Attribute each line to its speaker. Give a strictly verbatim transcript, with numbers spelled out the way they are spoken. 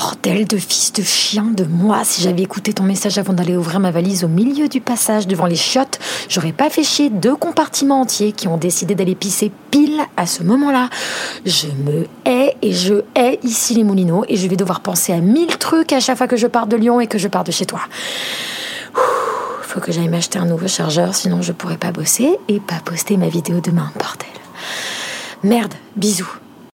Speaker 1: Bordel de fils de chien de moi, si j'avais écouté ton message avant d'aller ouvrir ma valise au milieu du passage devant les chiottes, j'aurais pas fait chier deux compartiments entiers qui ont décidé d'aller pisser pile à ce moment-là. Je me hais et je hais ici les Moulineaux et je vais devoir penser à mille trucs à chaque fois que je pars de Lyon et que je pars de chez toi. Ouh, faut que j'aille m'acheter un nouveau chargeur, sinon je pourrais pas bosser et pas poster ma vidéo demain, bordel. Merde, bisous.